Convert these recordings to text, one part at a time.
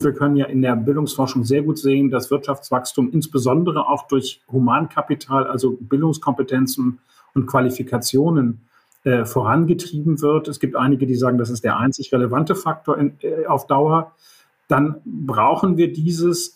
Wir können ja in der Bildungsforschung sehr gut sehen, dass Wirtschaftswachstum insbesondere auch durch Humankapital, also Bildungskompetenzen und Qualifikationen vorangetrieben wird. Es gibt einige, die sagen, das ist der einzig relevante Faktor auf Dauer. Dann brauchen wir dieses.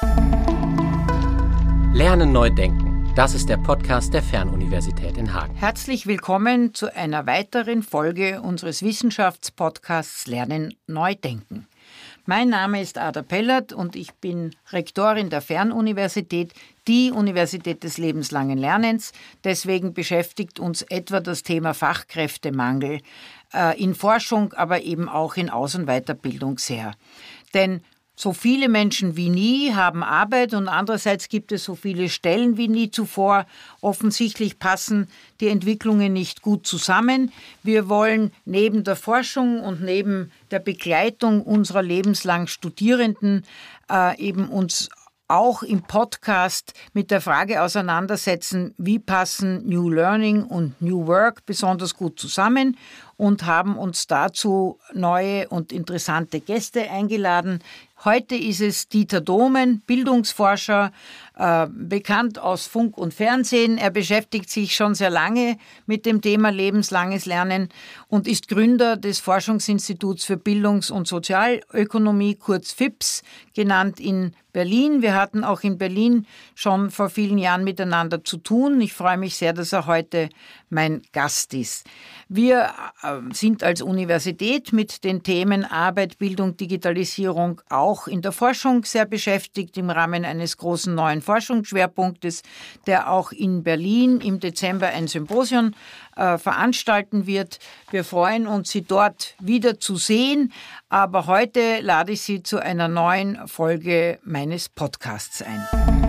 Lernen neu denken. Das ist der Podcast der Fernuniversität in Hagen. Herzlich willkommen zu einer weiteren Folge unseres Wissenschaftspodcasts Lernen neu denken. Mein Name ist Ada Pellert und ich bin Rektorin der Fernuniversität, die Universität des lebenslangen Lernens. Deswegen beschäftigt uns etwa das Thema Fachkräftemangel in Forschung, aber eben auch in Aus- und Weiterbildung sehr. Denn so viele Menschen wie nie haben Arbeit und andererseits gibt es so viele Stellen wie nie zuvor. Offensichtlich passen die Entwicklungen nicht gut zusammen. Wir wollen neben der Forschung und neben der Begleitung unserer lebenslang Studierenden eben uns auch im Podcast mit der Frage auseinandersetzen, wie passen New Learning und New Work besonders gut zusammen und haben uns dazu neue und interessante Gäste eingeladen. Heute ist es Dieter Domen, Bildungsforscher, bekannt aus Funk und Fernsehen. Er beschäftigt sich schon sehr lange mit dem Thema lebenslanges Lernen und ist Gründer des Forschungsinstituts für Bildungs- und Sozialökonomie, kurz FIPS, genannt in Berlin. Wir hatten auch in Berlin schon vor vielen Jahren miteinander zu tun. Ich freue mich sehr, dass er heute mein Gast ist. Wir sind als Universität mit den Themen Arbeit, Bildung, Digitalisierung auch in der Forschung sehr beschäftigt im Rahmen eines großen neuen Forschungsschwerpunktes, der auch in Berlin im Dezember ein Symposium veranstalten wird. Wir freuen uns, Sie dort wieder zu sehen, aber heute lade ich Sie zu einer neuen Folge meines Podcasts ein.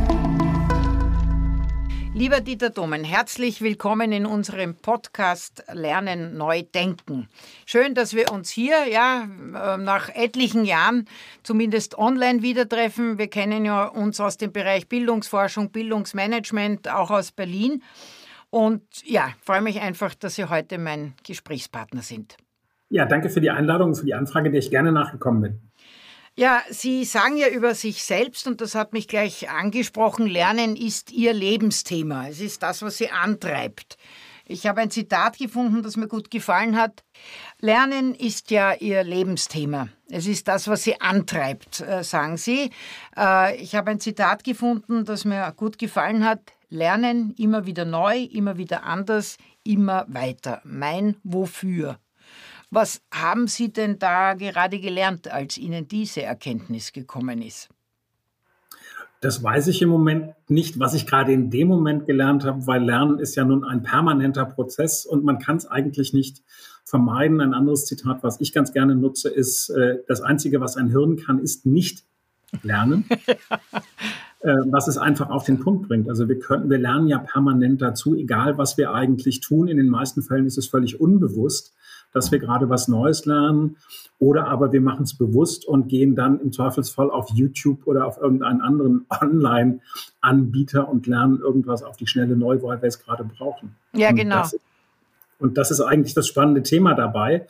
Lieber Dieter Domen, herzlich willkommen in unserem Podcast Lernen neu denken. Schön, dass wir uns hier nach etlichen Jahren zumindest online wieder treffen. Wir kennen ja uns aus dem Bereich Bildungsforschung, Bildungsmanagement, auch aus Berlin. Und ja, freue mich einfach, dass Sie heute mein Gesprächspartner sind. Ja, danke für die Einladung und für die Anfrage, der ich gerne nachgekommen bin. Ja, Sie sagen ja über sich selbst, und das hat mich gleich angesprochen, Lernen ist Ihr Lebensthema. Es ist das, was Sie antreibt. Ich habe ein Zitat gefunden, das mir gut gefallen hat. Lernen ist ja Ihr Lebensthema. Es ist das, was Sie antreibt, sagen Sie. Ich habe ein Zitat gefunden, das mir gut gefallen hat. Lernen immer wieder neu, immer wieder anders, immer weiter. Mein Wofür. Was haben Sie denn da gerade gelernt, als Ihnen diese Erkenntnis gekommen ist? Das weiß ich im Moment nicht, was ich gerade in dem Moment gelernt habe, weil Lernen ist ja nun ein permanenter Prozess und man kann es eigentlich nicht vermeiden. Ein anderes Zitat, was ich ganz gerne nutze, ist, das Einzige, was ein Hirn kann, ist nicht lernen. Was es einfach auf den Punkt bringt. Also wir lernen ja permanent dazu, egal was wir eigentlich tun. In den meisten Fällen ist es völlig unbewusst, dass wir gerade was Neues lernen, oder aber wir machen es bewusst und gehen dann im Zweifelsfall auf YouTube oder auf irgendeinen anderen Online-Anbieter und lernen irgendwas auf die Schnelle neu, weil wir es gerade brauchen. Ja, genau. Und das ist eigentlich das spannende Thema dabei,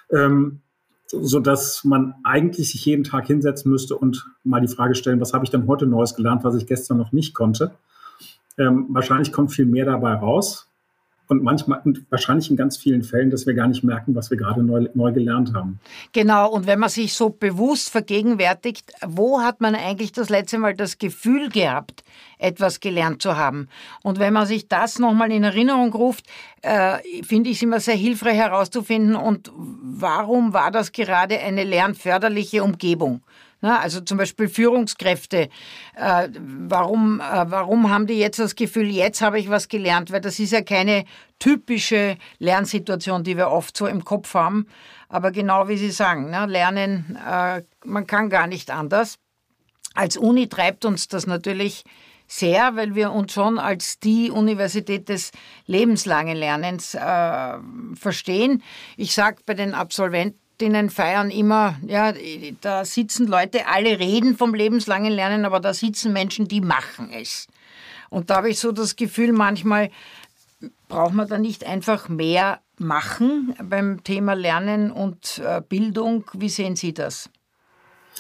sodass man eigentlich sich jeden Tag hinsetzen müsste und mal die Frage stellen, was habe ich denn heute Neues gelernt, was ich gestern noch nicht konnte. Wahrscheinlich kommt viel mehr dabei raus. Und manchmal und wahrscheinlich in ganz vielen Fällen, dass wir gar nicht merken, was wir gerade neu gelernt haben. Genau, und wenn man sich so bewusst vergegenwärtigt, wo hat man eigentlich das letzte Mal das Gefühl gehabt, etwas gelernt zu haben? Und wenn man sich das nochmal in Erinnerung ruft, finde ich es immer sehr hilfreich herauszufinden, und warum war das gerade eine lernförderliche Umgebung? Also zum Beispiel Führungskräfte. Warum haben die jetzt das Gefühl, jetzt habe ich was gelernt? Weil das ist ja keine typische Lernsituation, die wir oft so im Kopf haben. Aber genau wie Sie sagen, Lernen, man kann gar nicht anders. Als Uni treibt uns das natürlich sehr, weil wir uns schon als die Universität des lebenslangen Lernens verstehen. Ich sage bei den Absolventen, feiern immer, ja, da sitzen Leute, alle reden vom lebenslangen Lernen, aber da sitzen Menschen, die machen es. Und da habe ich so das Gefühl, manchmal braucht man da nicht einfach mehr machen beim Thema Lernen und Bildung. Wie sehen Sie das?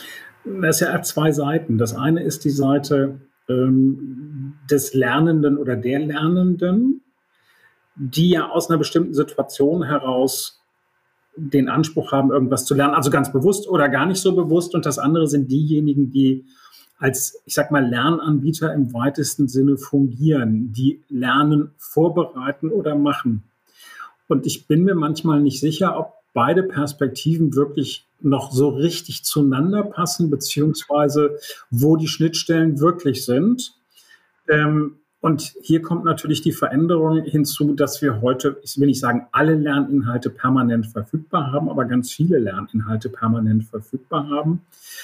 Das ist ja zwei Seiten. Das eine ist die Seite des Lernenden oder der Lernenden, die ja aus einer bestimmten Situation heraus den Anspruch haben, irgendwas zu lernen, also ganz bewusst oder gar nicht so bewusst. Und das andere sind diejenigen, die als, ich sag mal, Lernanbieter im weitesten Sinne fungieren, die Lernen vorbereiten oder machen. Und ich bin mir manchmal nicht sicher, ob beide Perspektiven wirklich noch so richtig zueinander passen, beziehungsweise wo die Schnittstellen wirklich sind. Und hier kommt natürlich die Veränderung hinzu, dass wir heute, ich will nicht sagen, alle Lerninhalte permanent verfügbar haben, aber ganz viele Lerninhalte permanent verfügbar haben.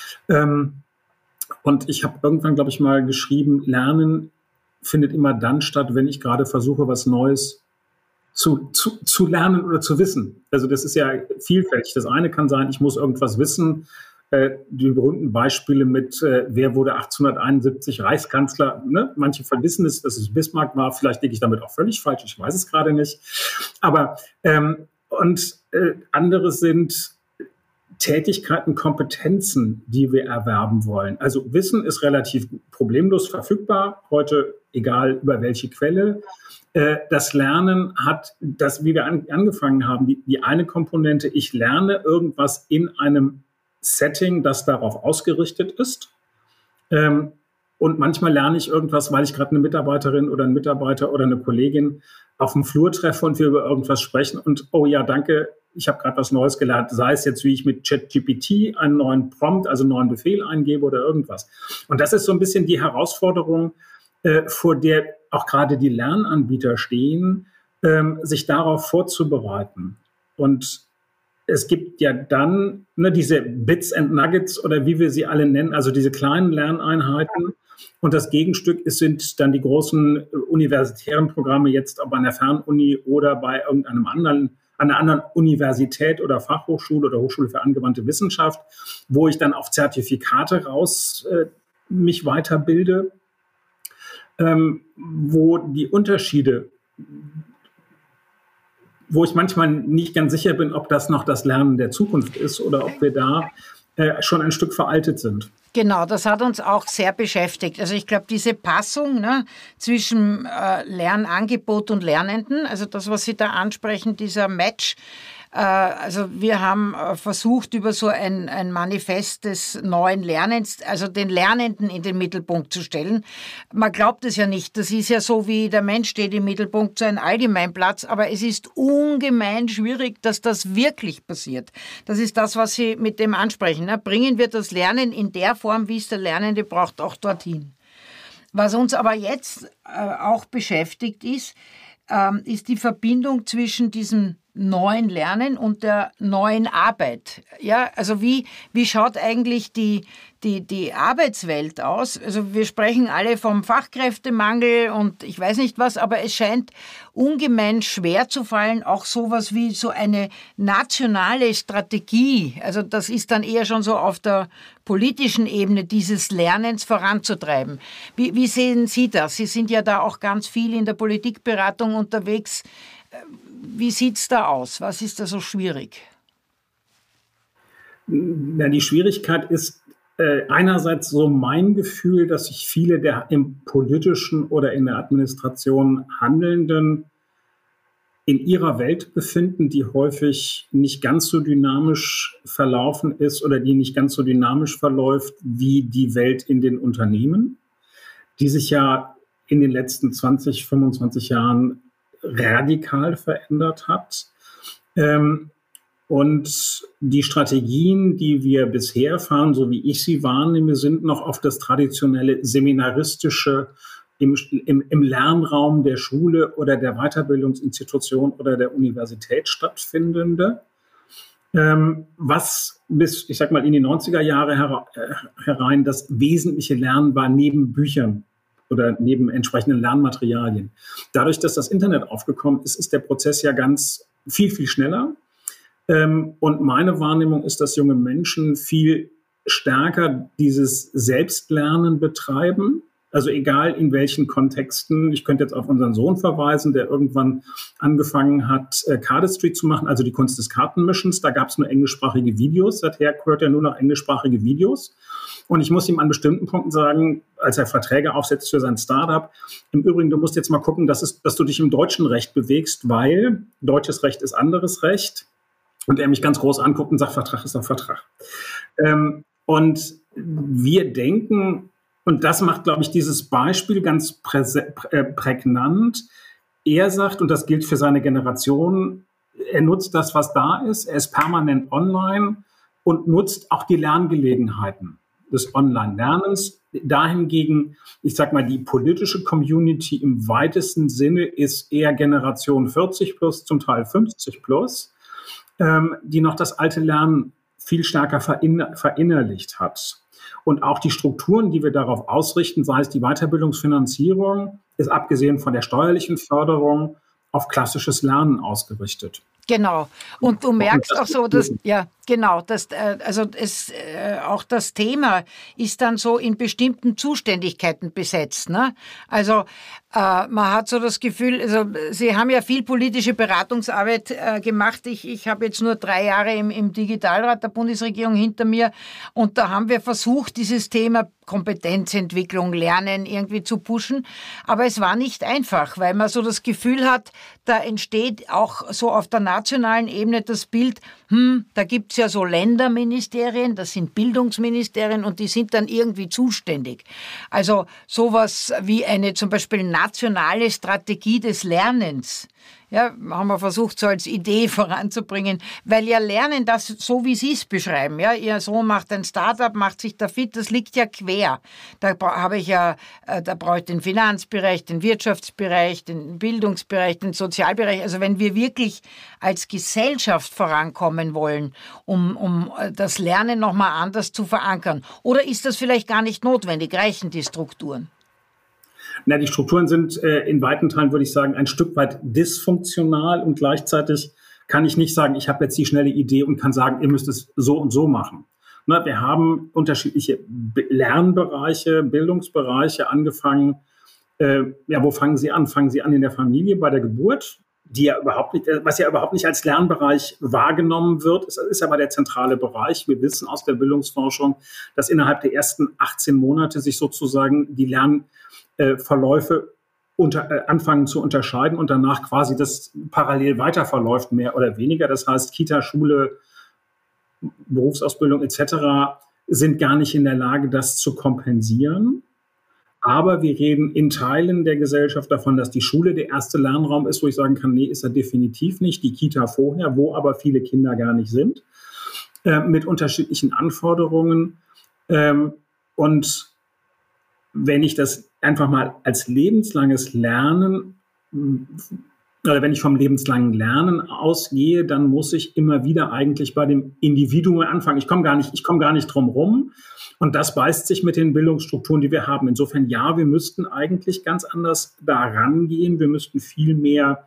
Und ich habe irgendwann, glaube ich, mal geschrieben, Lernen findet immer dann statt, wenn ich gerade versuche, was Neues zu lernen oder zu wissen. Also das ist ja vielfältig. Das eine kann sein, ich muss irgendwas wissen. Die berühmten Beispiele mit, wer wurde 1871 Reichskanzler, ne? Manche verwissen es, dass es Bismarck war. Vielleicht liege ich damit auch völlig falsch, ich weiß es gerade nicht. Aber andere sind Tätigkeiten, Kompetenzen, die wir erwerben wollen. Also Wissen ist relativ problemlos verfügbar, heute egal über welche Quelle. Das Lernen hat, das, wie wir angefangen haben, die eine Komponente, ich lerne irgendwas in einem Setting, das darauf ausgerichtet ist. Und manchmal lerne ich irgendwas, weil ich gerade eine Mitarbeiterin oder einen Mitarbeiter oder eine Kollegin auf dem Flur treffe und wir über irgendwas sprechen und, oh ja, danke, ich habe gerade was Neues gelernt, sei es jetzt, wie ich mit ChatGPT einen neuen Prompt, also einen neuen Befehl eingebe oder irgendwas. Und das ist so ein bisschen die Herausforderung, vor der auch gerade die Lernanbieter stehen, sich darauf vorzubereiten. Und es gibt ja dann diese Bits and Nuggets oder wie wir sie alle nennen, also diese kleinen Lerneinheiten. Und das Gegenstück sind dann die großen universitären Programme, jetzt ob an der Fernuni oder bei irgendeinem anderen, an einer anderen Universität oder Fachhochschule oder Hochschule für angewandte Wissenschaft, wo ich dann auf Zertifikate raus mich weiterbilde, wo die Unterschiede, wo ich manchmal nicht ganz sicher bin, ob das noch das Lernen der Zukunft ist oder ob wir da schon ein Stück veraltet sind. Genau, das hat uns auch sehr beschäftigt. Also ich glaube, diese Passung zwischen Lernangebot und Lernenden, also das, was Sie da ansprechen, dieser Match, also wir haben versucht, über so ein Manifest des neuen Lernens, also den Lernenden in den Mittelpunkt zu stellen. Man glaubt es ja nicht. Das ist ja so, wie der Mensch steht im Mittelpunkt, so ein Allgemeinplatz. Aber es ist ungemein schwierig, dass das wirklich passiert. Das ist das, was Sie mit dem ansprechen. Ne? Bringen wir das Lernen in der Form, wie es der Lernende braucht, auch dorthin. Was uns aber jetzt auch beschäftigt ist die Verbindung zwischen diesem neuen Lernen und der neuen Arbeit. Ja, also wie schaut eigentlich die Arbeitswelt aus? Also wir sprechen alle vom Fachkräftemangel und ich weiß nicht was, aber es scheint ungemein schwer zu fallen, auch sowas wie so eine nationale Strategie. Also das ist dann eher schon so auf der politischen Ebene dieses Lernens voranzutreiben. Wie sehen Sie das? Sie sind ja da auch ganz viel in der Politikberatung unterwegs. Wie sieht es da aus? Was ist da so schwierig? Na, die Schwierigkeit ist einerseits so mein Gefühl, dass sich viele der im politischen oder in der Administration Handelnden in ihrer Welt befinden, die häufig nicht ganz so dynamisch verlaufen ist oder die nicht ganz so dynamisch verläuft wie die Welt in den Unternehmen, die sich ja in den letzten 20, 25 Jahren radikal verändert hat. Und die Strategien, die wir bisher fahren, so wie ich sie wahrnehme, sind noch auf das traditionelle seminaristische im Lernraum der Schule oder der Weiterbildungsinstitution oder der Universität stattfindende, was bis, ich sag mal, in die 90er Jahre herein das wesentliche Lernen war neben Büchern oder neben entsprechenden Lernmaterialien. Dadurch, dass das Internet aufgekommen ist, ist der Prozess ja ganz viel, viel schneller. Und meine Wahrnehmung ist, dass junge Menschen viel stärker dieses Selbstlernen betreiben. Also egal in welchen Kontexten. Ich könnte jetzt auf unseren Sohn verweisen, der irgendwann angefangen hat, Cardistry zu machen, also die Kunst des Kartenmischens. Da gab es nur englischsprachige Videos. Seither hört er nur noch englischsprachige Videos. Und ich muss ihm an bestimmten Punkten sagen, als er Verträge aufsetzt für sein Startup, im Übrigen, du musst jetzt mal gucken, dass du dich im deutschen Recht bewegst, weil deutsches Recht ist anderes Recht. Und er mich ganz groß anguckt und sagt, Vertrag ist doch Vertrag. Und wir denken, und das macht, glaube ich, dieses Beispiel ganz prägnant. Er sagt, und das gilt für seine Generation, er nutzt das, was da ist. Er ist permanent online und nutzt auch die Lerngelegenheiten des Online-Lernens. Dahingegen, ich sag mal, die politische Community im weitesten Sinne ist eher Generation 40 plus, zum Teil 50 plus, die noch das alte Lernen viel stärker verinnerlicht hat. Und auch die Strukturen, die wir darauf ausrichten, sei es die Weiterbildungsfinanzierung, ist abgesehen von der steuerlichen Förderung auf klassisches Lernen ausgerichtet. Genau. Und du merkst auch so, dass, ja, genau, auch das Thema ist dann so in bestimmten Zuständigkeiten besetzt, ne? Also, man hat so das Gefühl, also, Sie haben ja viel politische Beratungsarbeit gemacht. Ich habe jetzt nur 3 Jahre im Digitalrat der Bundesregierung hinter mir und da haben wir versucht, dieses Thema Kompetenzentwicklung, Lernen irgendwie zu pushen. Aber es war nicht einfach, weil man so das Gefühl hat, da entsteht auch so auf der nationalen Ebene das Bild, da gibt's ja so Länderministerien, das sind Bildungsministerien und die sind dann irgendwie zuständig. Also sowas wie eine zum Beispiel nationale Strategie des Lernens. Ja, haben wir versucht, so als Idee voranzubringen, weil ja Lernen, das so wie Sie es beschreiben, ja, Ihr Sohn macht ein Startup, macht sich da fit, das liegt ja quer. Da brauche ich den Finanzbereich, den Wirtschaftsbereich, den Bildungsbereich, den Sozialbereich. Also wenn wir wirklich als Gesellschaft vorankommen wollen, um das Lernen nochmal anders zu verankern, oder ist das vielleicht gar nicht notwendig, reichen die Strukturen? Na, die Strukturen sind in weiten Teilen, würde ich sagen, ein Stück weit dysfunktional und gleichzeitig kann ich nicht sagen, ich habe jetzt die schnelle Idee und kann sagen, ihr müsst es so und so machen. Na, wir haben unterschiedliche Lernbereiche, Bildungsbereiche angefangen. Wo fangen Sie an? Fangen Sie an in der Familie bei der Geburt, was ja überhaupt nicht als Lernbereich wahrgenommen wird. Es ist aber der zentrale Bereich. Wir wissen aus der Bildungsforschung, dass innerhalb der ersten 18 Monate sich sozusagen die Lernverläufe anfangen zu unterscheiden und danach quasi das parallel weiter verläuft, mehr oder weniger. Das heißt, Kita, Schule, Berufsausbildung etc. sind gar nicht in der Lage, das zu kompensieren. Aber wir reden in Teilen der Gesellschaft davon, dass die Schule der erste Lernraum ist, wo ich sagen kann, nee, ist er definitiv nicht. Die Kita vorher, wo aber viele Kinder gar nicht sind, mit unterschiedlichen Anforderungen. Und wenn ich das einfach mal als lebenslanges Lernen oder wenn ich vom lebenslangen Lernen ausgehe, dann muss ich immer wieder eigentlich bei dem Individuum anfangen. Ich komme gar nicht drum rum. Und das beißt sich mit den Bildungsstrukturen, die wir haben. Insofern, ja, wir müssten eigentlich ganz anders da rangehen. Wir müssten viel mehr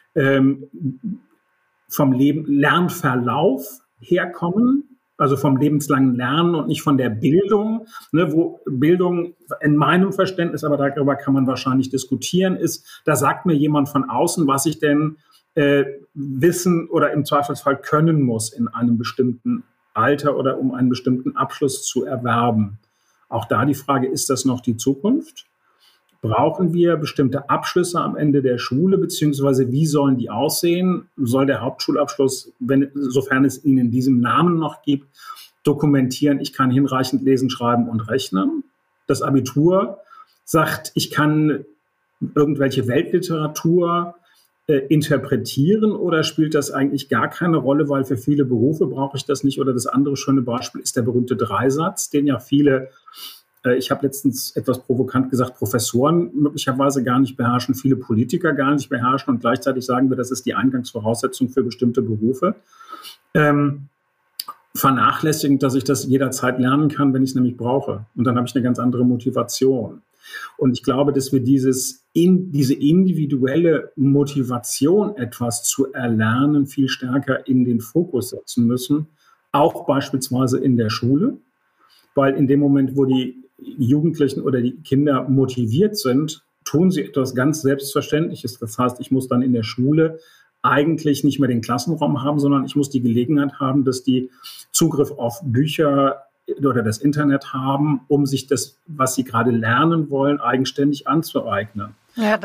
vom Lernverlauf herkommen, also vom lebenslangen Lernen und nicht von der Bildung, ne, wo Bildung in meinem Verständnis, aber darüber kann man wahrscheinlich diskutieren, ist, da sagt mir jemand von außen, was ich denn wissen oder im Zweifelsfall können muss in einem bestimmten Alter oder um einen bestimmten Abschluss zu erwerben. Auch da die Frage, ist das noch die Zukunft? Brauchen wir bestimmte Abschlüsse am Ende der Schule, beziehungsweise wie sollen die aussehen? Soll der Hauptschulabschluss, sofern es ihn in diesem Namen noch gibt, dokumentieren, ich kann hinreichend lesen, schreiben und rechnen? Das Abitur sagt, ich kann irgendwelche Weltliteratur interpretieren, oder spielt das eigentlich gar keine Rolle, weil für viele Berufe brauche ich das nicht? Oder das andere schöne Beispiel ist der berühmte Dreisatz, den ja viele, ich habe letztens etwas provokant gesagt, Professoren möglicherweise gar nicht beherrschen, viele Politiker gar nicht beherrschen und gleichzeitig sagen wir, das ist die Eingangsvoraussetzung für bestimmte Berufe. Vernachlässigend, dass ich das jederzeit lernen kann, wenn ich es nämlich brauche. Und dann habe ich eine ganz andere Motivation. Und ich glaube, dass wir diese individuelle Motivation, etwas zu erlernen, viel stärker in den Fokus setzen müssen, auch beispielsweise in der Schule, weil in dem Moment, wo die Jugendlichen oder die Kinder motiviert sind, tun sie etwas ganz Selbstverständliches. Das heißt, ich muss dann in der Schule eigentlich nicht mehr den Klassenraum haben, sondern ich muss die Gelegenheit haben, dass die Zugriff auf Bücher oder das Internet haben, um sich das, was sie gerade lernen wollen, eigenständig anzueignen. Ja,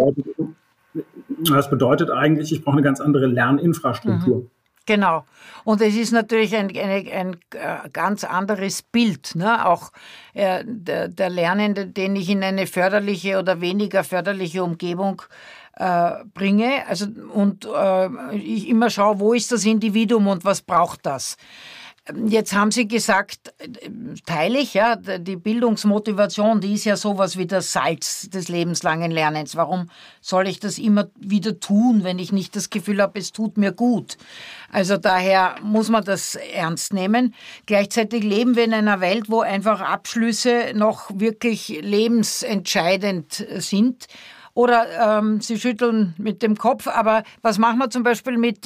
das bedeutet eigentlich, ich brauche eine ganz andere Lerninfrastruktur. Mhm. Genau. Und es ist natürlich ein ganz anderes Bild, ne? Auch der Lernende, den ich in eine förderliche oder weniger förderliche Umgebung bringe. Also, und ich immer schaue, wo ist das Individuum und was braucht das? Jetzt haben Sie gesagt, teile ich, ja, die Bildungsmotivation, die ist ja sowas wie das Salz des lebenslangen Lernens. Warum soll ich das immer wieder tun, wenn ich nicht das Gefühl habe, es tut mir gut? Also daher muss man das ernst nehmen. Gleichzeitig leben wir in einer Welt, wo einfach Abschlüsse noch wirklich lebensentscheidend sind. Oder Sie schütteln mit dem Kopf, aber was machen wir zum Beispiel mit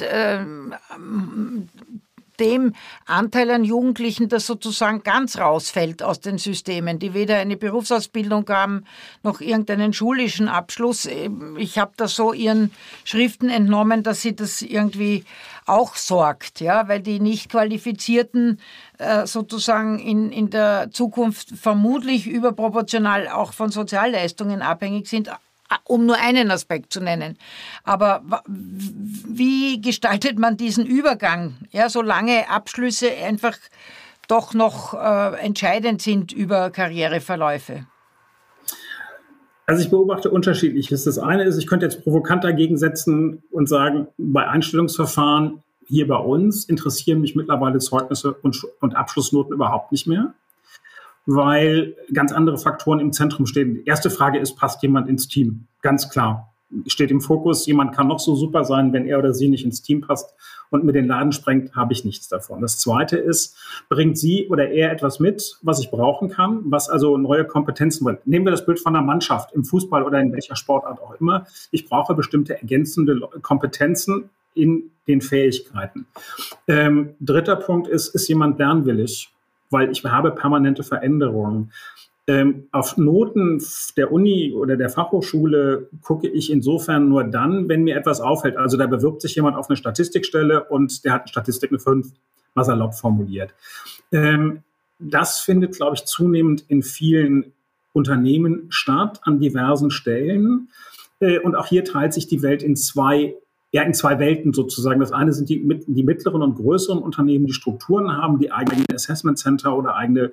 dem Anteil an Jugendlichen, das sozusagen ganz rausfällt aus den Systemen, die weder eine Berufsausbildung haben, noch irgendeinen schulischen Abschluss. Ich habe da so Ihren Schriften entnommen, dass Sie das irgendwie auch sorgt, ja, weil die nicht Qualifizierten sozusagen in der Zukunft vermutlich überproportional auch von Sozialleistungen abhängig sind, um nur einen Aspekt zu nennen. Aber wie gestaltet man diesen Übergang, ja, solange Abschlüsse einfach doch noch entscheidend sind über Karriereverläufe? Also ich beobachte Unterschiedliches. Das eine ist, ich könnte jetzt provokant dagegen setzen und sagen, bei Einstellungsverfahren hier bei uns interessieren mich mittlerweile Zeugnisse und Abschlussnoten überhaupt nicht mehr, weil ganz andere Faktoren im Zentrum stehen. Die erste Frage ist, passt jemand ins Team? Ganz klar. Steht im Fokus, jemand kann noch so super sein, wenn er oder sie nicht ins Team passt und mir den Laden sprengt, habe ich nichts davon. Das zweite ist, bringt sie oder er etwas mit, was ich brauchen kann, was also neue Kompetenzen bringt. Nehmen wir das Bild von einer Mannschaft, im Fußball oder in welcher Sportart auch immer. Ich brauche bestimmte ergänzende Kompetenzen in den Fähigkeiten. Dritter Punkt ist jemand lernwillig? Weil ich habe permanente Veränderungen. Auf Noten der Uni oder der Fachhochschule gucke ich insofern nur dann, wenn mir etwas auffällt. Also da bewirbt sich jemand auf eine Statistikstelle und der hat eine Statistik eine 5, mal salopp formuliert. Das findet, glaube ich, zunehmend in vielen Unternehmen statt, an diversen Stellen. Und auch hier teilt sich die Welt in zwei Welten sozusagen. Das eine sind die mittleren und größeren Unternehmen, die Strukturen haben, die eigene Assessment Center oder eigene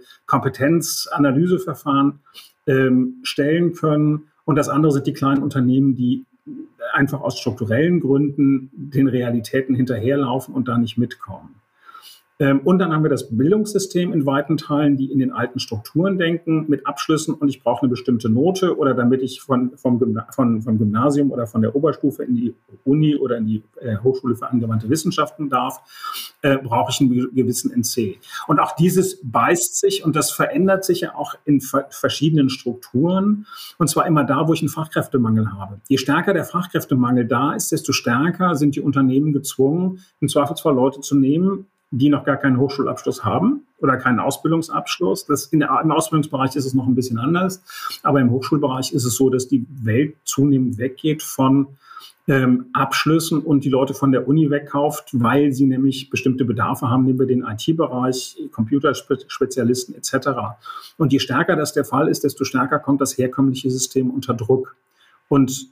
Kompetenzanalyseverfahren stellen können. Und das andere sind die kleinen Unternehmen, die einfach aus strukturellen Gründen den Realitäten hinterherlaufen und da nicht mitkommen. Und dann haben wir das Bildungssystem in weiten Teilen, die in den alten Strukturen denken, mit Abschlüssen und ich brauche eine bestimmte Note oder damit ich vom Gymnasium oder von der Oberstufe in die Uni oder in die Hochschule für angewandte Wissenschaften darf, brauche ich einen gewissen NC. Und auch dieses beißt sich und das verändert sich ja auch in verschiedenen Strukturen und zwar immer da, wo ich einen Fachkräftemangel habe. Je stärker der Fachkräftemangel da ist, desto stärker sind die Unternehmen gezwungen, im Zweifelsfall Leute zu nehmen, die noch gar keinen Hochschulabschluss haben oder keinen Ausbildungsabschluss. Im Ausbildungsbereich ist es noch ein bisschen anders, aber im Hochschulbereich ist es so, dass die Welt zunehmend weggeht von Abschlüssen und die Leute von der Uni wegkauft, weil sie nämlich bestimmte Bedarfe haben, nehmen wir den IT-Bereich, Computerspezialisten etc. Und je stärker das der Fall ist, desto stärker kommt das herkömmliche System unter Druck. Und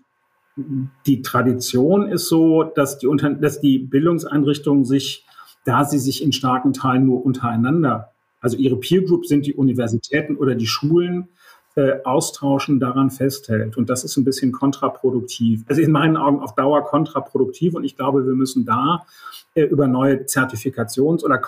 die Tradition ist so, dass die Bildungseinrichtungen sich, da sie sich in starken Teilen nur untereinander, also ihre Peer Group sind die Universitäten oder die Schulen, austauschen, daran festhält. Und das ist ein bisschen kontraproduktiv. Also in meinen Augen auf Dauer kontraproduktiv. Und ich glaube, wir müssen da über neue Zertifikations- oder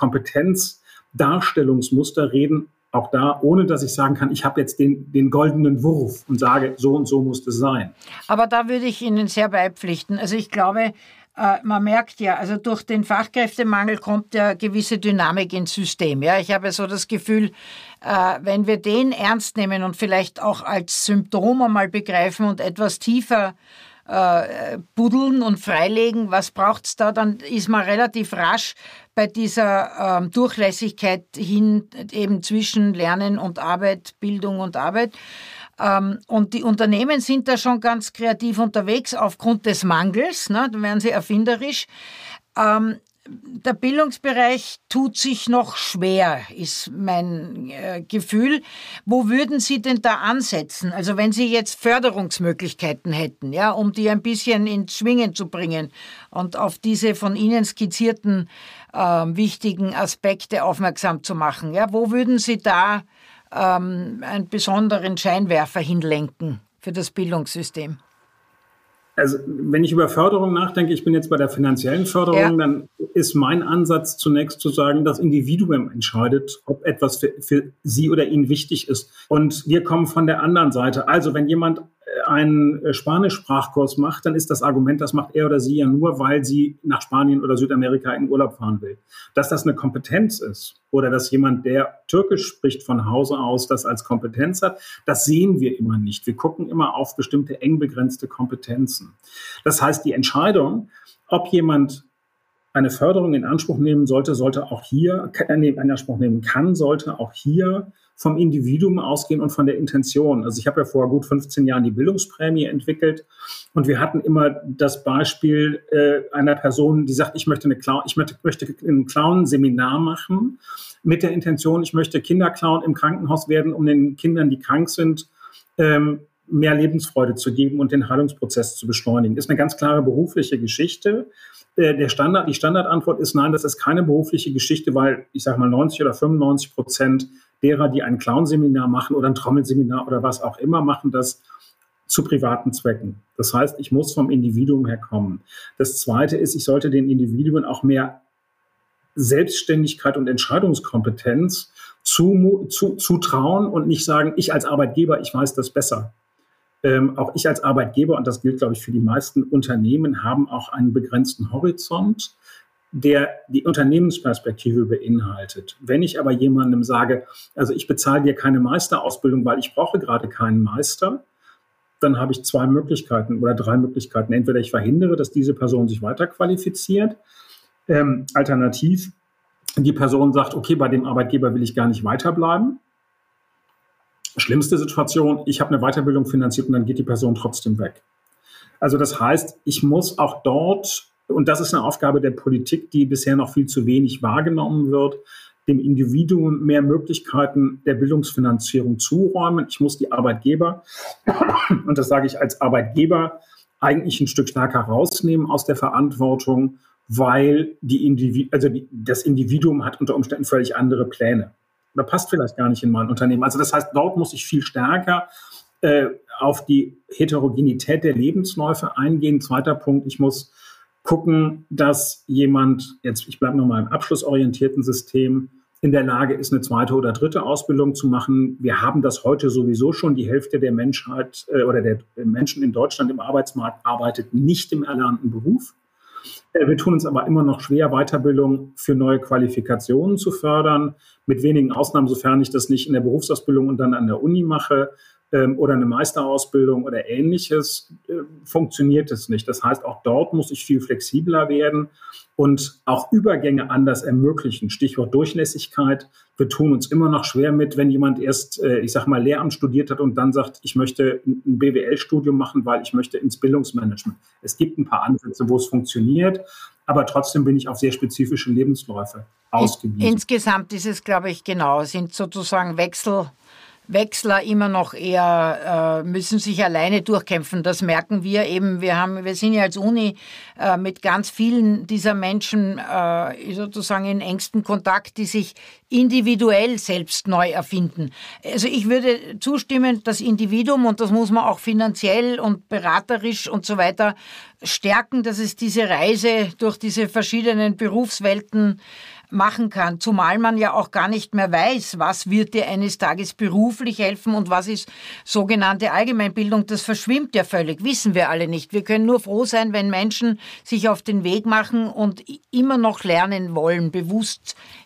Kompetenzdarstellungsmuster reden. Auch da, ohne dass ich sagen kann, ich habe jetzt den goldenen Wurf und sage, so und so muss es sein. Aber da würde ich Ihnen sehr beipflichten. Also ich glaube, man merkt ja, also durch den Fachkräftemangel kommt ja gewisse Dynamik ins System. Ja, ich habe so das Gefühl, wenn wir den ernst nehmen und vielleicht auch als Symptom einmal begreifen und etwas tiefer buddeln und freilegen. Was braucht es da? Dann ist man relativ rasch bei dieser Durchlässigkeit hin, eben zwischen Lernen und Arbeit, Bildung und Arbeit. Und die Unternehmen sind da schon ganz kreativ unterwegs aufgrund des Mangels, ne? Da werden sie erfinderisch. Der Bildungsbereich tut sich noch schwer, ist mein Gefühl. Wo würden Sie denn da ansetzen? Also wenn Sie jetzt Förderungsmöglichkeiten hätten, ja, um die ein bisschen ins Schwingen zu bringen und auf diese von Ihnen skizzierten wichtigen Aspekte aufmerksam zu machen. Ja, wo würden Sie da einen besonderen Scheinwerfer hinlenken für das Bildungssystem? Also wenn ich über Förderung nachdenke, ich bin jetzt bei der finanziellen Förderung, dann ist mein Ansatz zunächst zu sagen, das Individuum entscheidet, ob etwas für sie oder ihn wichtig ist. Und wir kommen von der anderen Seite. Also wenn jemand einen Spanisch-Sprachkurs macht, dann ist das Argument, das macht er oder sie ja nur, weil sie nach Spanien oder Südamerika in Urlaub fahren will. Dass das eine Kompetenz ist oder dass jemand, der Türkisch spricht von Hause aus, das als Kompetenz hat, das sehen wir immer nicht. Wir gucken immer auf bestimmte eng begrenzte Kompetenzen. Das heißt, die Entscheidung, ob jemand eine Förderung in Anspruch nehmen sollte, sollte auch hier, in Anspruch nehmen kann, sollte auch hier vom Individuum ausgehen und von der Intention. Also ich habe ja vor gut 15 Jahren die Bildungsprämie entwickelt und wir hatten immer das Beispiel einer Person, die sagt, ich möchte ein Clown-Seminar machen mit der Intention, ich möchte Kinderclown im Krankenhaus werden, um den Kindern, die krank sind, mehr Lebensfreude zu geben und den Heilungsprozess zu beschleunigen. Ist eine ganz klare berufliche Geschichte. Die Standardantwort ist nein, das ist keine berufliche Geschichte, weil ich sage mal 90 oder 95% derer, die ein Clown-Seminar machen oder ein Trommelseminar oder was auch immer, machen das zu privaten Zwecken. Das heißt, ich muss vom Individuum her kommen. Das Zweite ist, ich sollte den Individuen auch mehr Selbstständigkeit und Entscheidungskompetenz zutrauen und nicht sagen, ich als Arbeitgeber, ich weiß das besser. Auch ich als Arbeitgeber, und das gilt, glaube ich, für die meisten Unternehmen, haben auch einen begrenzten Horizont, der die Unternehmensperspektive beinhaltet. Wenn ich aber jemandem sage, also ich bezahle dir keine Meisterausbildung, weil ich brauche gerade keinen Meister, dann habe ich 2 Möglichkeiten oder 3 Möglichkeiten. Entweder ich verhindere, dass diese Person sich weiterqualifiziert, alternativ die Person sagt, okay, bei dem Arbeitgeber will ich gar nicht weiterbleiben. Schlimmste Situation, ich habe eine Weiterbildung finanziert und dann geht die Person trotzdem weg. Also das heißt, ich muss auch dort, und das ist eine Aufgabe der Politik, die bisher noch viel zu wenig wahrgenommen wird, dem Individuum mehr Möglichkeiten der Bildungsfinanzierung zuräumen. Ich muss die Arbeitgeber, und das sage ich als Arbeitgeber, eigentlich ein Stück stärker rausnehmen aus der Verantwortung, weil das Individuum hat unter Umständen völlig andere Pläne. Oder passt vielleicht gar nicht in mein Unternehmen. Also das heißt, dort muss ich viel stärker auf die Heterogenität der Lebensläufe eingehen. Zweiter Punkt, ich muss gucken, dass jemand, ich bleibe nochmal im abschlussorientierten System, in der Lage ist, eine 2. oder 3. Ausbildung zu machen. Wir haben das heute sowieso schon. Die Hälfte der Menschheit oder der Menschen in Deutschland im Arbeitsmarkt arbeitet nicht im erlernten Beruf. Wir tun uns aber immer noch schwer, Weiterbildung für neue Qualifikationen zu fördern. Mit wenigen Ausnahmen, sofern ich das nicht in der Berufsausbildung und dann an der Uni mache oder eine Meisterausbildung oder Ähnliches, funktioniert es nicht. Das heißt, auch dort muss ich viel flexibler werden und auch Übergänge anders ermöglichen. Stichwort Durchlässigkeit. Wir tun uns immer noch schwer mit, wenn jemand erst, Lehramt studiert hat und dann sagt, ich möchte ein BWL-Studium machen, weil ich möchte ins Bildungsmanagement. Es gibt ein paar Ansätze, wo es funktioniert, aber trotzdem bin ich auf sehr spezifische Lebensläufe ausgewiesen. Insgesamt ist es, glaube ich, sind sozusagen Wechsler immer noch eher müssen sich alleine durchkämpfen. Das merken wir eben. Wir sind ja als Uni mit ganz vielen dieser Menschen sozusagen in engstem Kontakt, die sich individuell selbst neu erfinden. Also ich würde zustimmen, das Individuum, und das muss man auch finanziell und beraterisch und so weiter stärken, dass es diese Reise durch diese verschiedenen Berufswelten machen kann, zumal man ja auch gar nicht mehr weiß, was wird dir eines Tages beruflich helfen und was ist sogenannte Allgemeinbildung. Das verschwimmt ja völlig, wissen wir alle nicht. Wir können nur froh sein, wenn Menschen sich auf den Weg machen und immer noch lernen wollen, bewusst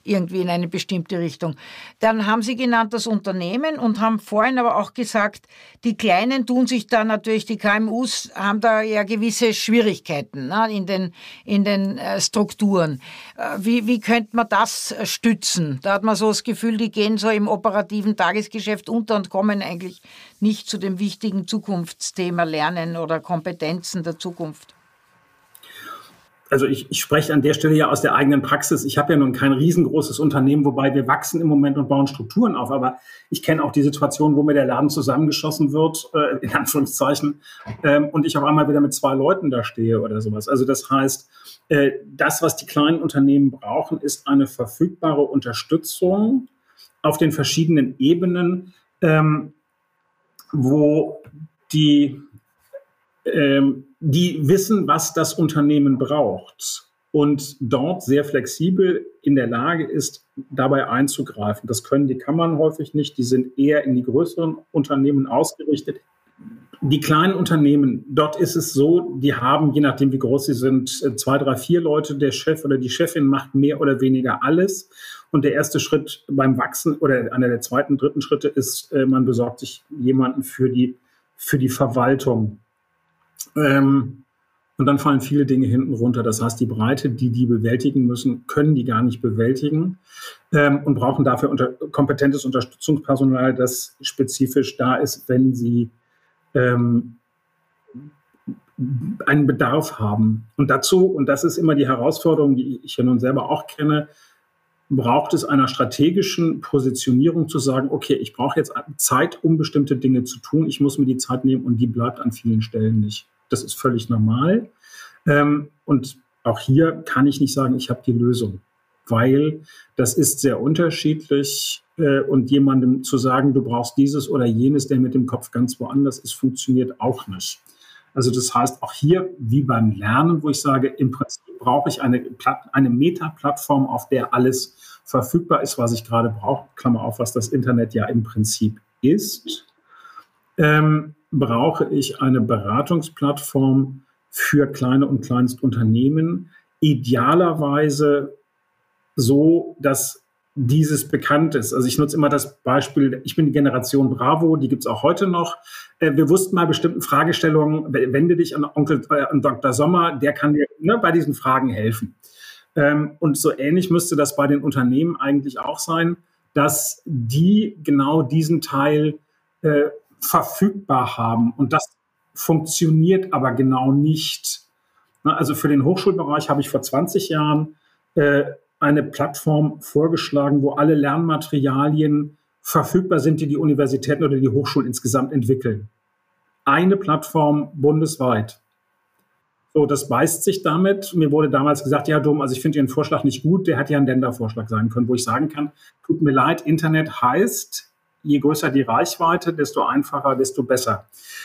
irgendwie in eine bestimmte Richtung. Dann haben Sie genannt das Unternehmen und haben vorhin aber auch gesagt, die Kleinen tun sich da natürlich, die KMUs haben da ja gewisse Schwierigkeiten, ne, in den Strukturen. Wie könnte man das stützen? Da hat man so das Gefühl, die gehen so im operativen Tagesgeschäft unter und kommen eigentlich nicht zu dem wichtigen Zukunftsthema Lernen oder Kompetenzen der Zukunft. Also ich spreche an der Stelle ja aus der eigenen Praxis. Ich habe ja nun kein riesengroßes Unternehmen, wobei wir wachsen im Moment und bauen Strukturen auf. Aber ich kenne auch die Situation, wo mir der Laden zusammengeschossen wird, in Anführungszeichen, und ich auf einmal wieder mit 2 Leuten da stehe oder sowas. Also das heißt, das, was die kleinen Unternehmen brauchen, ist eine verfügbare Unterstützung auf den verschiedenen Ebenen, wo die wissen, was das Unternehmen braucht und dort sehr flexibel in der Lage ist, dabei einzugreifen. Das können die Kammern häufig nicht, die sind eher in die größeren Unternehmen ausgerichtet. Die kleinen Unternehmen, dort ist es so, die haben, je nachdem wie groß sie sind, 2, 3, 4 Leute, der Chef oder die Chefin macht mehr oder weniger alles. Und der erste Schritt beim Wachsen oder einer der zweiten, dritten Schritte ist, man besorgt sich jemanden für die Verwaltung. Und dann fallen viele Dinge hinten runter. Das heißt, die Breite, die bewältigen müssen, können die gar nicht bewältigen und brauchen dafür kompetentes Unterstützungspersonal, das spezifisch da ist, wenn sie einen Bedarf haben. Und dazu, und das ist immer die Herausforderung, die ich ja nun selber auch kenne, braucht es einer strategischen Positionierung zu sagen, okay, ich brauche jetzt Zeit, um bestimmte Dinge zu tun. Ich muss mir die Zeit nehmen und die bleibt an vielen Stellen nicht. Das ist völlig normal. Und auch hier kann ich nicht sagen, ich habe die Lösung, weil das ist sehr unterschiedlich. Und jemandem zu sagen, du brauchst dieses oder jenes, der mit dem Kopf ganz woanders ist, funktioniert auch nicht. Also das heißt, auch hier, wie beim Lernen, wo ich sage, im Prinzip brauche ich eine Meta-Plattform, auf der alles verfügbar ist, was ich gerade brauche, Klammer auf, was das Internet ja im Prinzip ist, brauche ich eine Beratungsplattform für kleine und Kleinstunternehmen, idealerweise so, dass dieses bekannt ist. Also ich nutze immer das Beispiel, ich bin die Generation Bravo, die gibt es auch heute noch. Wir wussten mal bestimmten Fragestellungen, wende dich an an Dr. Sommer, der kann dir bei diesen Fragen helfen. Und so ähnlich müsste das bei den Unternehmen eigentlich auch sein, dass die genau diesen Teil verfügbar haben. Und das funktioniert aber genau nicht. Also für den Hochschulbereich habe ich vor 20 Jahren eine Plattform vorgeschlagen, wo alle Lernmaterialien verfügbar sind, die die Universitäten oder die Hochschulen insgesamt entwickeln. Eine Plattform bundesweit. So, das beißt sich damit. Mir wurde damals gesagt, ja, Dom, also ich finde Ihren Vorschlag nicht gut, der hätte ja ein Ländervorschlag sein können, wo ich sagen kann, tut mir leid, Internet heißt, je größer die Reichweite, desto einfacher, desto besser.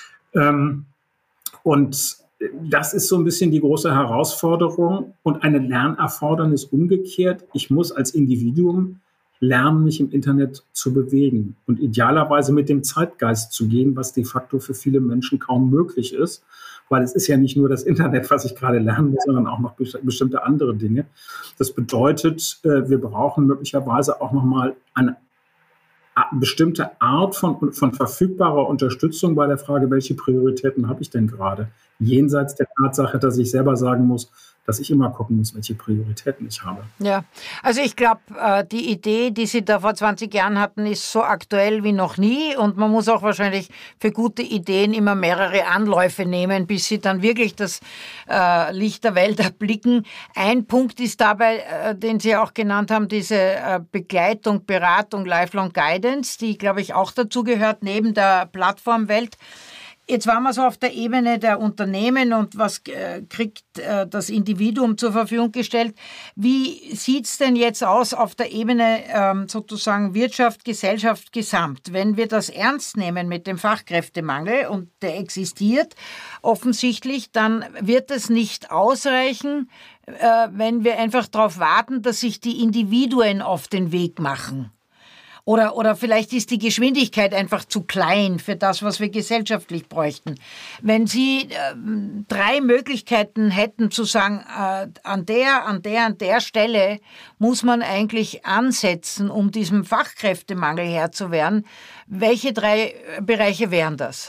Und das ist so ein bisschen die große Herausforderung und eine Lernerfordernis umgekehrt. Ich muss als Individuum lernen, mich im Internet zu bewegen und idealerweise mit dem Zeitgeist zu gehen, was de facto für viele Menschen kaum möglich ist, weil es ist ja nicht nur das Internet, was ich gerade lernen muss, sondern auch noch bestimmte andere Dinge. Das bedeutet, wir brauchen möglicherweise auch nochmal eine bestimmte Art von verfügbarer Unterstützung bei der Frage, welche Prioritäten habe ich denn gerade? Jenseits der Tatsache, dass ich selber sagen muss, dass ich immer gucken muss, welche Prioritäten ich habe. Ja, also ich glaube, die Idee, die Sie da vor 20 Jahren hatten, ist so aktuell wie noch nie und man muss auch wahrscheinlich für gute Ideen immer mehrere Anläufe nehmen, bis sie dann wirklich das Licht der Welt erblicken. Ein Punkt ist dabei, den Sie auch genannt haben, diese Begleitung, Beratung, Lifelong Guidance, die, glaube ich, auch dazu gehört, neben der Plattformwelt. Jetzt waren wir so auf der Ebene der Unternehmen und was kriegt das Individuum zur Verfügung gestellt. Wie sieht's denn jetzt aus auf der Ebene sozusagen Wirtschaft, Gesellschaft gesamt? Wenn wir das ernst nehmen mit dem Fachkräftemangel und der existiert offensichtlich, dann wird es nicht ausreichen, wenn wir einfach darauf warten, dass sich die Individuen auf den Weg machen. Oder vielleicht ist die Geschwindigkeit einfach zu klein für das, was wir gesellschaftlich bräuchten. Wenn Sie 3 Möglichkeiten hätten zu sagen, an der Stelle muss man eigentlich ansetzen, um diesem Fachkräftemangel Herr zu werden, welche 3 Bereiche wären das?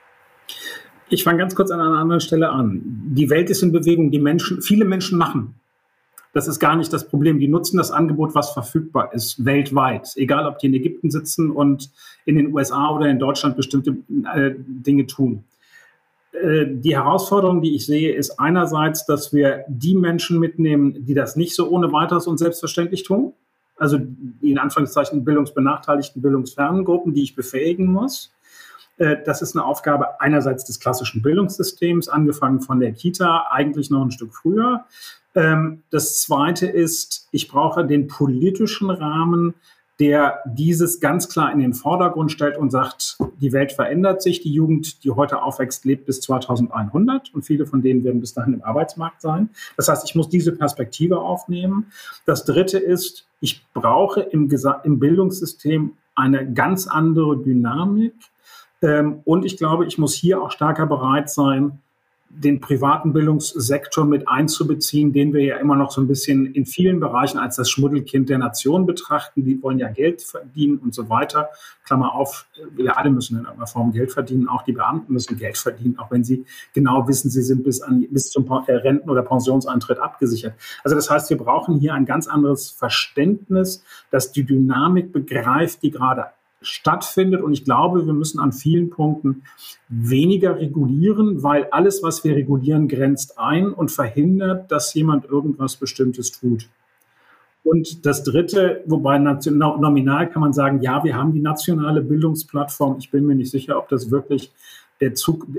Ich fange ganz kurz an einer anderen Stelle an. Die Welt ist in Bewegung, viele Menschen machen. Das ist gar nicht das Problem. Die nutzen das Angebot, was verfügbar ist, weltweit. Egal, ob die in Ägypten sitzen und in den USA oder in Deutschland bestimmte Dinge tun. Die Herausforderung, die ich sehe, ist einerseits, dass wir die Menschen mitnehmen, die das nicht so ohne weiteres und selbstverständlich tun. Also die in Anführungszeichen bildungsbenachteiligten, bildungsfernen Gruppen, die ich befähigen muss. Das ist eine Aufgabe einerseits des klassischen Bildungssystems, angefangen von der Kita, eigentlich noch ein Stück früher. Das Zweite ist, ich brauche den politischen Rahmen, der dieses ganz klar in den Vordergrund stellt und sagt, die Welt verändert sich, die Jugend, die heute aufwächst, lebt bis 2100 und viele von denen werden bis dahin im Arbeitsmarkt sein. Das heißt, ich muss diese Perspektive aufnehmen. Das Dritte ist, ich brauche im Bildungssystem eine ganz andere Dynamik und ich glaube, ich muss hier auch stärker bereit sein, den privaten Bildungssektor mit einzubeziehen, den wir ja immer noch so ein bisschen in vielen Bereichen als das Schmuddelkind der Nation betrachten. Die wollen ja Geld verdienen und so weiter. Klammer auf, wir alle müssen in irgendeiner Form Geld verdienen. Auch die Beamten müssen Geld verdienen, auch wenn sie genau wissen, sie sind bis zum Renten- oder Pensionseintritt abgesichert. Also das heißt, wir brauchen hier ein ganz anderes Verständnis, das die Dynamik begreift, die gerade stattfindet. Und ich glaube, wir müssen an vielen Punkten weniger regulieren, weil alles, was wir regulieren, grenzt ein und verhindert, dass jemand irgendwas Bestimmtes tut. Und das Dritte, wobei nominal kann man sagen, ja, wir haben die nationale Bildungsplattform. Ich bin mir nicht sicher, ob das wirklich der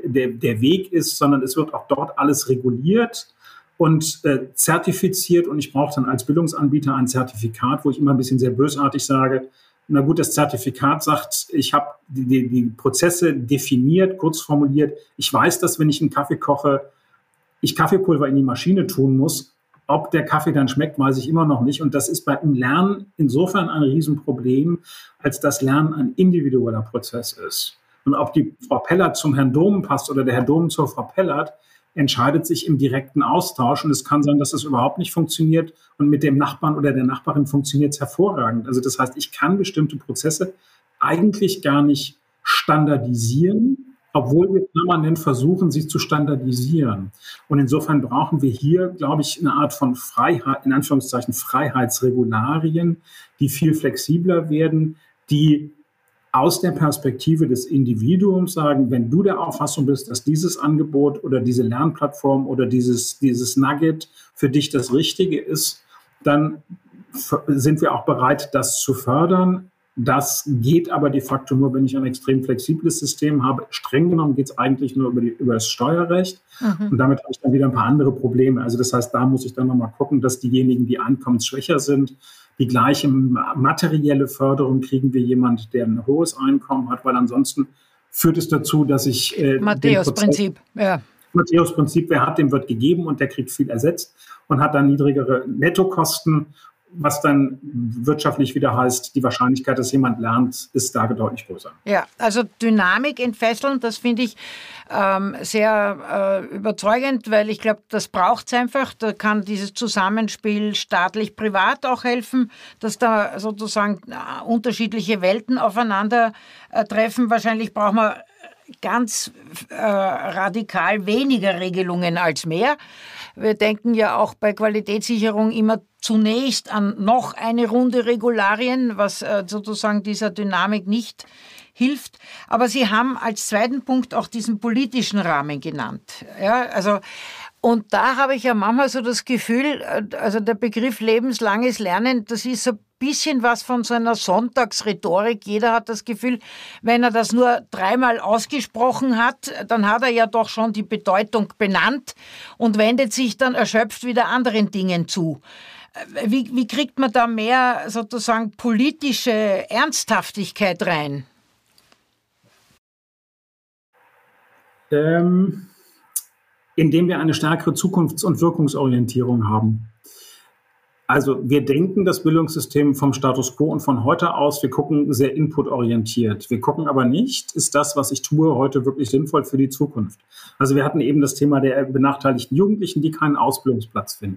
Weg ist, sondern es wird auch dort alles reguliert und zertifiziert. Und ich brauche dann als Bildungsanbieter ein Zertifikat, wo ich immer ein bisschen sehr bösartig sage, na gut, das Zertifikat sagt, ich habe die Prozesse definiert, kurz formuliert. Ich weiß, dass wenn ich einen Kaffee koche, ich Kaffeepulver in die Maschine tun muss. Ob der Kaffee dann schmeckt, weiß ich immer noch nicht. Und das ist beim Lernen insofern ein Riesenproblem, als das Lernen ein individueller Prozess ist. Und ob die Frau Pellert zum Herrn Domen passt oder der Herr Domen zur Frau Pellert, entscheidet sich im direkten Austausch. Und es kann sein, dass es überhaupt nicht funktioniert. Und mit dem Nachbarn oder der Nachbarin funktioniert es hervorragend. Also das heißt, ich kann bestimmte Prozesse eigentlich gar nicht standardisieren, obwohl wir permanent versuchen, sie zu standardisieren. Und insofern brauchen wir hier, glaube ich, eine Art von Freiheit, in Anführungszeichen Freiheitsregularien, die viel flexibler werden, die aus der Perspektive des Individuums sagen, wenn du der Auffassung bist, dass dieses Angebot oder diese Lernplattform oder dieses Nugget für dich das Richtige ist, dann sind wir auch bereit, das zu fördern. Das geht aber de facto nur, wenn ich ein extrem flexibles System habe. Streng genommen geht es eigentlich nur über das Steuerrecht. Und damit habe ich dann wieder ein paar andere Probleme. Also das heißt, da muss ich dann nochmal gucken, dass diejenigen, die einkommensschwächer sind, die gleiche materielle Förderung kriegen wie jemand, der ein hohes Einkommen hat, weil ansonsten führt es dazu, dass ich Matthäus-Prinzip, ja. Matthäus-Prinzip, wer hat, dem wird gegeben und der kriegt viel ersetzt und hat dann niedrigere Nettokosten, was dann wirtschaftlich wieder heißt, die Wahrscheinlichkeit, dass jemand lernt, ist da deutlich größer. Ja, also Dynamik entfesseln, das finde ich sehr überzeugend, weil ich glaube, das braucht es einfach. Da kann dieses Zusammenspiel staatlich-privat auch helfen, dass da sozusagen unterschiedliche Welten aufeinandertreffen. Wahrscheinlich brauchen wir ganz radikal weniger Regelungen als mehr. Wir denken ja auch bei Qualitätssicherung immer zunächst an noch eine Runde Regularien, was sozusagen dieser Dynamik nicht hilft. Aber Sie haben als zweiten Punkt auch diesen politischen Rahmen genannt. Ja, also, und da habe ich ja manchmal so das Gefühl, also der Begriff lebenslanges Lernen, das ist so ein bisschen was von so einer Sonntagsrhetorik. Jeder hat das Gefühl, wenn er das nur 3-mal ausgesprochen hat, dann hat er ja doch schon die Bedeutung benannt und wendet sich dann erschöpft wieder anderen Dingen zu. Wie kriegt man da mehr sozusagen politische Ernsthaftigkeit rein? Indem wir eine stärkere Zukunfts- und Wirkungsorientierung haben. Also wir denken das Bildungssystem vom Status quo und von heute aus, wir gucken sehr inputorientiert. Wir gucken aber nicht, ist das, was ich tue, heute wirklich sinnvoll für die Zukunft? Also wir hatten eben das Thema der benachteiligten Jugendlichen, die keinen Ausbildungsplatz finden.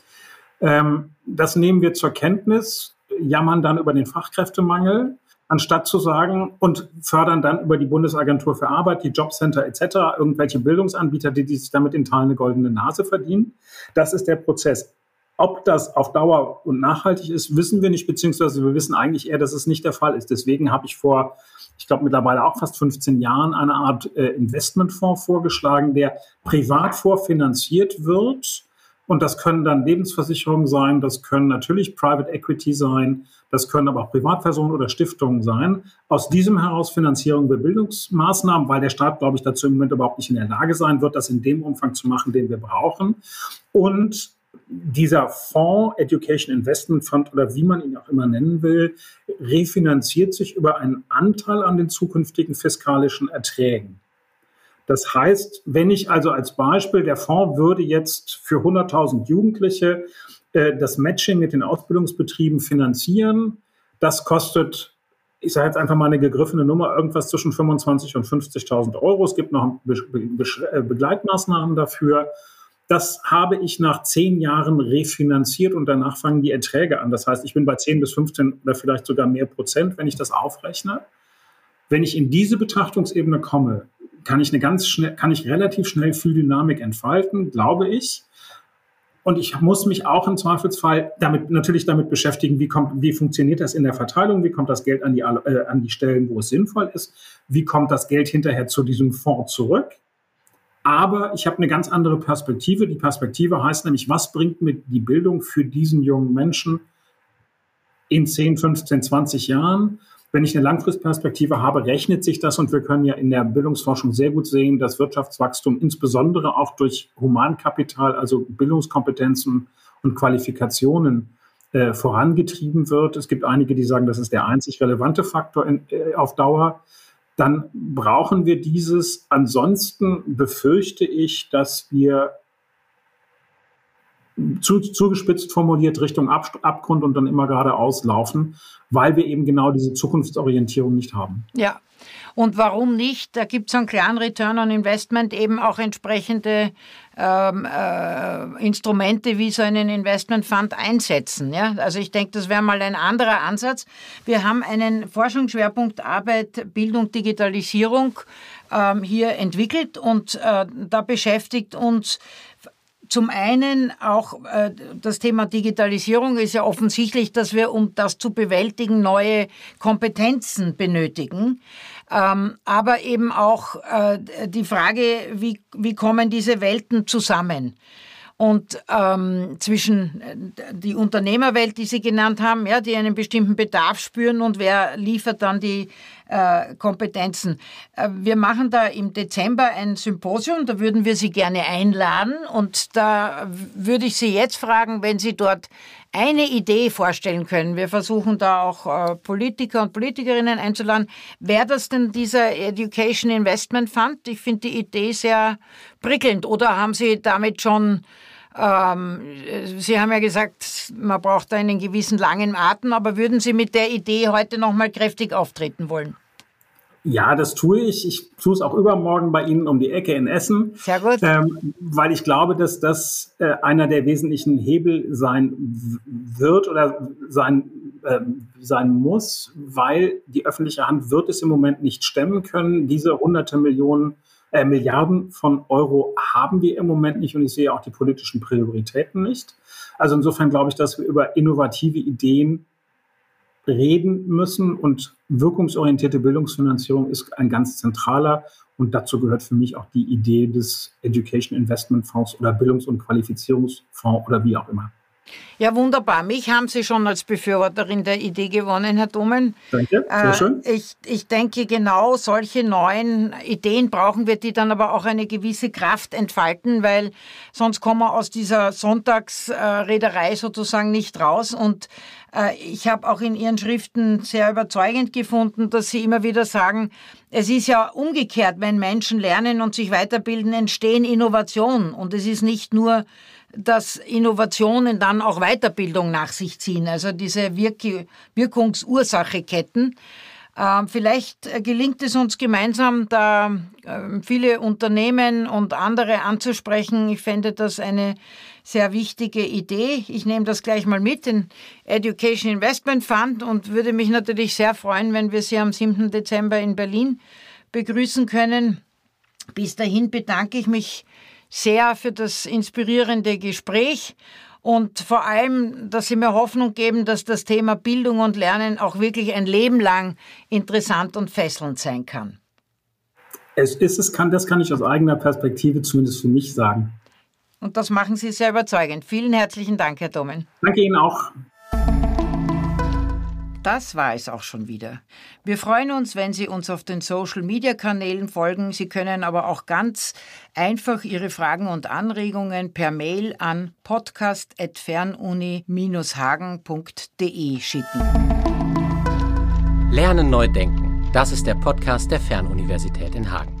Das nehmen wir zur Kenntnis, jammern dann über den Fachkräftemangel, anstatt zu sagen und fördern dann über die Bundesagentur für Arbeit, die Jobcenter etc., irgendwelche Bildungsanbieter, die sich damit in Teilen eine goldene Nase verdienen. Das ist der Prozess. Ob das auf Dauer und nachhaltig ist, wissen wir nicht, beziehungsweise wir wissen eigentlich eher, dass es nicht der Fall ist. Deswegen habe ich vor, ich glaube mittlerweile auch fast 15 Jahren, eine Art Investmentfonds vorgeschlagen, der privat vorfinanziert wird. Und das können dann Lebensversicherungen sein, das können natürlich Private Equity sein, das können aber auch Privatpersonen oder Stiftungen sein. Aus diesem heraus Finanzierung wir Bildungsmaßnahmen, weil der Staat, glaube ich, dazu im Moment überhaupt nicht in der Lage sein wird, das in dem Umfang zu machen, den wir brauchen. Und dieser Fonds, Education Investment Fund oder wie man ihn auch immer nennen will, refinanziert sich über einen Anteil an den zukünftigen fiskalischen Erträgen. Das heißt, wenn ich also als Beispiel, der Fonds würde jetzt für 100.000 Jugendliche das Matching mit den Ausbildungsbetrieben finanzieren, das kostet, ich sage jetzt einfach mal eine gegriffene Nummer, irgendwas zwischen 25.000 und 50.000 Euro. Es gibt noch Begleitmaßnahmen dafür. Das habe ich nach 10 Jahren refinanziert und danach fangen die Erträge an. Das heißt, ich bin bei 10 bis 15 oder vielleicht sogar mehr Prozent, wenn ich das aufrechne. Wenn ich in diese Betrachtungsebene komme, kann ich relativ schnell viel Dynamik entfalten, glaube ich. Und ich muss mich auch im Zweifelsfall damit beschäftigen, wie funktioniert das in der Verteilung, wie kommt das Geld an die Stellen, wo es sinnvoll ist, wie kommt das Geld hinterher zu diesem Fonds zurück. Aber ich habe eine ganz andere Perspektive. Die Perspektive heißt nämlich, was bringt mir die Bildung für diesen jungen Menschen in 10, 15, 20 Jahren? Wenn ich eine Langfristperspektive habe, rechnet sich das. Und wir können ja in der Bildungsforschung sehr gut sehen, dass Wirtschaftswachstum insbesondere auch durch Humankapital, also Bildungskompetenzen und Qualifikationen vorangetrieben wird. Es gibt einige, die sagen, das ist der einzig relevante Faktor auf Dauer. Dann brauchen wir dieses. Ansonsten befürchte ich, dass wir zugespitzt formuliert Richtung Abgrund und dann immer geradeaus laufen, weil wir eben genau diese Zukunftsorientierung nicht haben. Ja, und warum nicht? Da gibt es einen klaren Return on Investment, eben auch entsprechende Instrumente wie so einen Investmentfund einsetzen. Ja? Also ich denke, das wäre mal ein anderer Ansatz. Wir haben einen Forschungsschwerpunkt Arbeit, Bildung, Digitalisierung hier entwickelt und da beschäftigt uns zum einen auch das Thema Digitalisierung ist ja offensichtlich, dass wir, um das zu bewältigen, neue Kompetenzen benötigen. Aber eben auch die Frage, wie kommen diese Welten zusammen? Und zwischen die Unternehmerwelt, die Sie genannt haben, ja, die einen bestimmten Bedarf spüren und wer liefert dann die Kompetenzen. Wir machen da im Dezember ein Symposium, da würden wir Sie gerne einladen und da würde ich Sie jetzt fragen, wenn Sie dort eine Idee vorstellen können. Wir versuchen da auch Politiker und Politikerinnen einzuladen. Wäre das denn dieser Education Investment Fund? Ich finde die Idee sehr prickelnd. Oder haben Sie damit schon Sie haben ja gesagt, man braucht da einen gewissen langen Atem, aber würden Sie mit der Idee heute noch mal kräftig auftreten wollen? Ja, das tue ich. Ich tue es auch übermorgen bei Ihnen um die Ecke in Essen. Sehr gut. Weil ich glaube, dass das einer der wesentlichen Hebel sein wird oder sein muss, weil die öffentliche Hand wird es im Moment nicht stemmen können. Diese Milliarden von Euro haben wir im Moment nicht und ich sehe auch die politischen Prioritäten nicht. Also insofern glaube ich, dass wir über innovative Ideen reden müssen und wirkungsorientierte Bildungsfinanzierung ist ein ganz zentraler und dazu gehört für mich auch die Idee des Education Investment Fonds oder Bildungs- und Qualifizierungsfonds oder wie auch immer. Ja, wunderbar. Mich haben Sie schon als Befürworterin der Idee gewonnen, Herr Domen. Danke, sehr schön. Ich denke, genau solche neuen Ideen brauchen wir, die dann aber auch eine gewisse Kraft entfalten, weil sonst kommen wir aus dieser Sonntagsrederei sozusagen nicht raus. Und ich habe auch in Ihren Schriften sehr überzeugend gefunden, dass Sie immer wieder sagen, es ist ja umgekehrt, wenn Menschen lernen und sich weiterbilden, entstehen Innovationen. Und es ist nicht nur dass Innovationen dann auch Weiterbildung nach sich ziehen, also diese Wirkungsursacheketten. Vielleicht gelingt es uns gemeinsam, da viele Unternehmen und andere anzusprechen. Ich fände das eine sehr wichtige Idee. Ich nehme das gleich mal mit, den Education Investment Fund, und würde mich natürlich sehr freuen, wenn wir Sie am 7. Dezember in Berlin begrüßen können. Bis dahin bedanke ich mich sehr für das inspirierende Gespräch und vor allem, dass Sie mir Hoffnung geben, dass das Thema Bildung und Lernen auch wirklich ein Leben lang interessant und fesselnd sein kann. Das kann ich aus eigener Perspektive zumindest für mich sagen. Und das machen Sie sehr überzeugend. Vielen herzlichen Dank, Herr Domen. Danke Ihnen auch. Das war es auch schon wieder. Wir freuen uns, wenn Sie uns auf den Social-Media-Kanälen folgen. Sie können aber auch ganz einfach Ihre Fragen und Anregungen per Mail an podcast@fernuni-hagen.de schicken. Lernen neu denken. Das ist der Podcast der Fernuniversität in Hagen.